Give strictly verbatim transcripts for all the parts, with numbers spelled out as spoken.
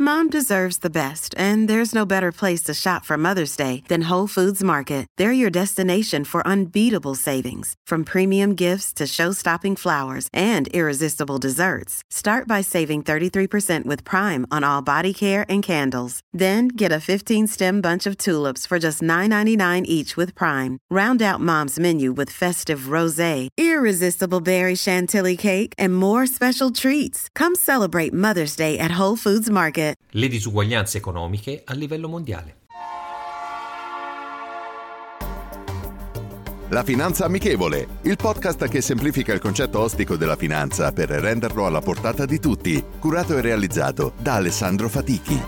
Mom deserves the best, and there's no better place to shop for Mother's Day than Whole Foods Market. They're your destination for unbeatable savings, from premium gifts to show-stopping flowers and irresistible desserts. Start by saving thirty-three percent with Prime on all body care and candles. Then get a fifteen-stem bunch of tulips for just nine ninety-nine each with Prime. Round out Mom's menu with festive rosé, irresistible berry chantilly cake, and more special treats. Come celebrate Mother's Day at Whole Foods Market. Le disuguaglianze economiche a livello mondiale. La Finanza Amichevole, il podcast che semplifica il concetto ostico della finanza per renderlo alla portata di tutti, curato e realizzato da Alessandro Fatichi.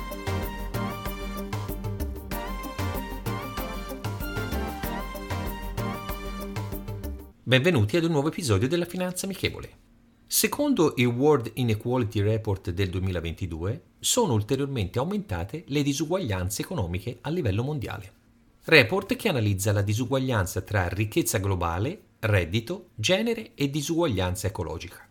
Benvenuti ad un nuovo episodio della Finanza Amichevole. Secondo il World Inequality Report del duemilaventidue, sono ulteriormente aumentate le disuguaglianze economiche a livello mondiale. Report che analizza la disuguaglianza tra ricchezza globale, reddito, genere e disuguaglianza ecologica.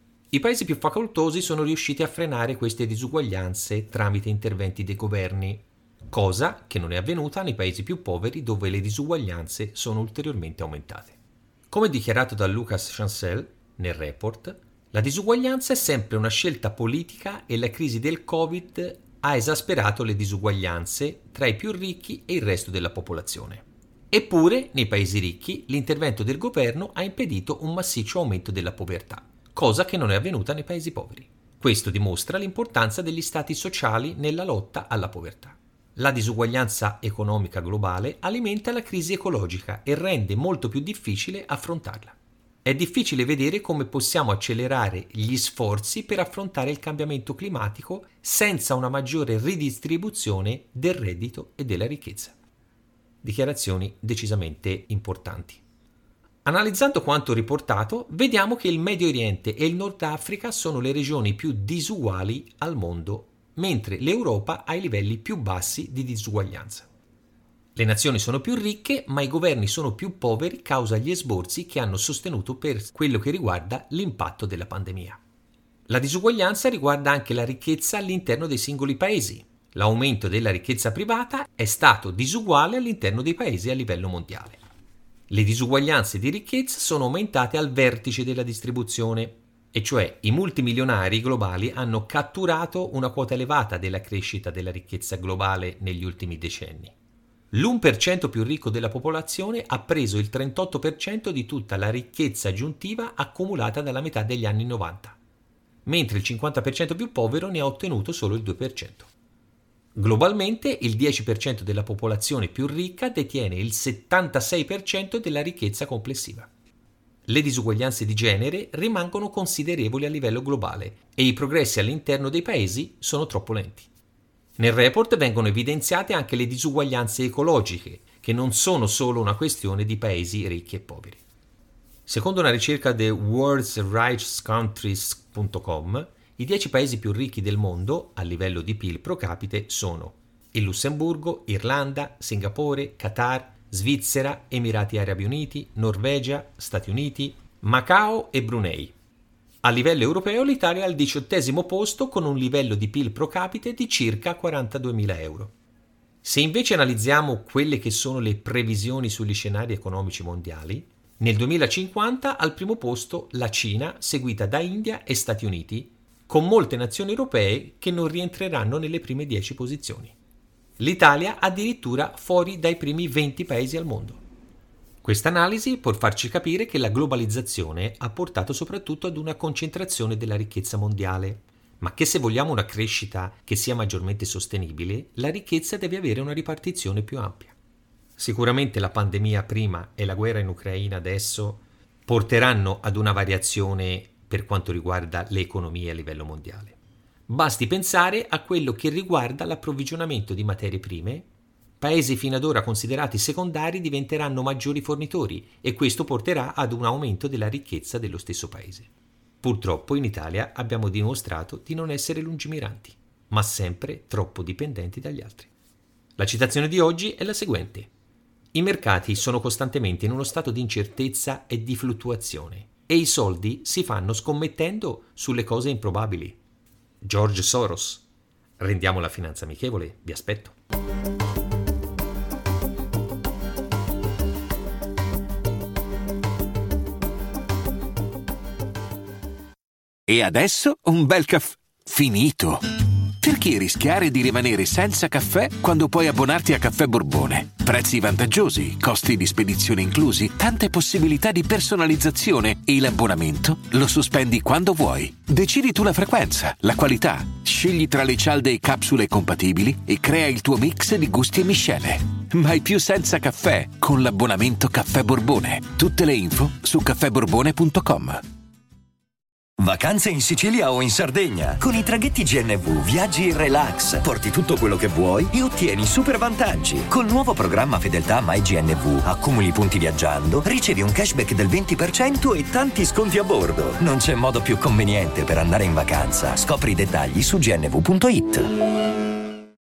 I paesi più facoltosi sono riusciti a frenare queste disuguaglianze tramite interventi dei governi, cosa che non è avvenuta nei paesi più poveri dove le disuguaglianze sono ulteriormente aumentate. Come dichiarato da Lucas Chancel nel report, la disuguaglianza è sempre una scelta politica e la crisi del Covid ha esasperato le disuguaglianze tra i più ricchi e il resto della popolazione. Eppure, nei paesi ricchi, l'intervento del governo ha impedito un massiccio aumento della povertà, cosa che non è avvenuta nei paesi poveri. Questo dimostra l'importanza degli stati sociali nella lotta alla povertà. La disuguaglianza economica globale alimenta la crisi ecologica e rende molto più difficile affrontarla. È difficile vedere come possiamo accelerare gli sforzi per affrontare il cambiamento climatico senza una maggiore ridistribuzione del reddito e della ricchezza. Dichiarazioni decisamente importanti. Analizzando quanto riportato, vediamo che il Medio Oriente e il Nord Africa sono le regioni più disuguali al mondo, mentre l'Europa ha i livelli più bassi di disuguaglianza. Le nazioni sono più ricche, ma i governi sono più poveri causa gli esborsi che hanno sostenuto per quello che riguarda l'impatto della pandemia. La disuguaglianza riguarda anche la ricchezza all'interno dei singoli paesi. L'aumento della ricchezza privata è stato disuguale all'interno dei paesi a livello mondiale. Le disuguaglianze di ricchezza sono aumentate al vertice della distribuzione, e cioè i multimilionari globali hanno catturato una quota elevata della crescita della ricchezza globale negli ultimi decenni. L'uno per cento più ricco della popolazione ha preso il trentotto per cento di tutta la ricchezza aggiuntiva accumulata dalla metà degli anni novanta, mentre il cinquanta per cento più povero ne ha ottenuto solo il due per cento. Globalmente il dieci per cento della popolazione più ricca detiene il settantasei per cento della ricchezza complessiva. Le disuguaglianze di genere rimangono considerevoli a livello globale e i progressi all'interno dei paesi sono troppo lenti. Nel report vengono evidenziate anche le disuguaglianze ecologiche, che non sono solo una questione di paesi ricchi e poveri. Secondo una ricerca di world's richest countries punto com, i dieci paesi più ricchi del mondo a livello di P I L pro capite sono il Lussemburgo, Irlanda, Singapore, Qatar, Svizzera, Emirati Arabi Uniti, Norvegia, Stati Uniti, Macao e Brunei. A livello europeo l'Italia è al diciottesimo posto con un livello di P I L pro capite di circa quarantaduemila euro. Se invece analizziamo quelle che sono le previsioni sugli scenari economici mondiali, nel duemilacinquanta al primo posto la Cina, seguita da India e Stati Uniti, con molte nazioni europee che non rientreranno nelle prime dieci posizioni. L'Italia addirittura fuori dai primi venti paesi al mondo. Questa analisi può farci capire che la globalizzazione ha portato soprattutto ad una concentrazione della ricchezza mondiale, ma che se vogliamo una crescita che sia maggiormente sostenibile, la ricchezza deve avere una ripartizione più ampia. Sicuramente la pandemia prima e la guerra in Ucraina adesso porteranno ad una variazione per quanto riguarda le economie a livello mondiale. Basti pensare a quello che riguarda l'approvvigionamento di materie prime. Paesi fino ad ora considerati secondari diventeranno maggiori fornitori e questo porterà ad un aumento della ricchezza dello stesso paese. Purtroppo in Italia abbiamo dimostrato di non essere lungimiranti, ma sempre troppo dipendenti dagli altri. La citazione di oggi è la seguente. I mercati sono costantemente in uno stato di incertezza e di fluttuazione e i soldi si fanno scommettendo sulle cose improbabili. George Soros. Rendiamo la finanza amichevole, vi aspetto. E adesso un bel caffè finito. Perché rischiare di rimanere senza caffè quando puoi abbonarti a Caffè Borbone? Prezzi vantaggiosi, costi di spedizione inclusi, tante possibilità di personalizzazione e l'abbonamento lo sospendi quando vuoi. Decidi tu la frequenza, la qualità, scegli tra le cialde e capsule compatibili e crea il tuo mix di gusti e miscele. Mai più senza caffè con l'abbonamento Caffè Borbone. Tutte le info su caffè borbone punto com. Vacanze in Sicilia o in Sardegna. Con i traghetti G N V viaggi in relax, porti tutto quello che vuoi e ottieni super vantaggi. Col nuovo programma Fedeltà MyGNV accumuli punti viaggiando, ricevi un cashback del venti per cento e tanti sconti a bordo. Non c'è modo più conveniente per andare in vacanza. Scopri i dettagli su gnv punto it.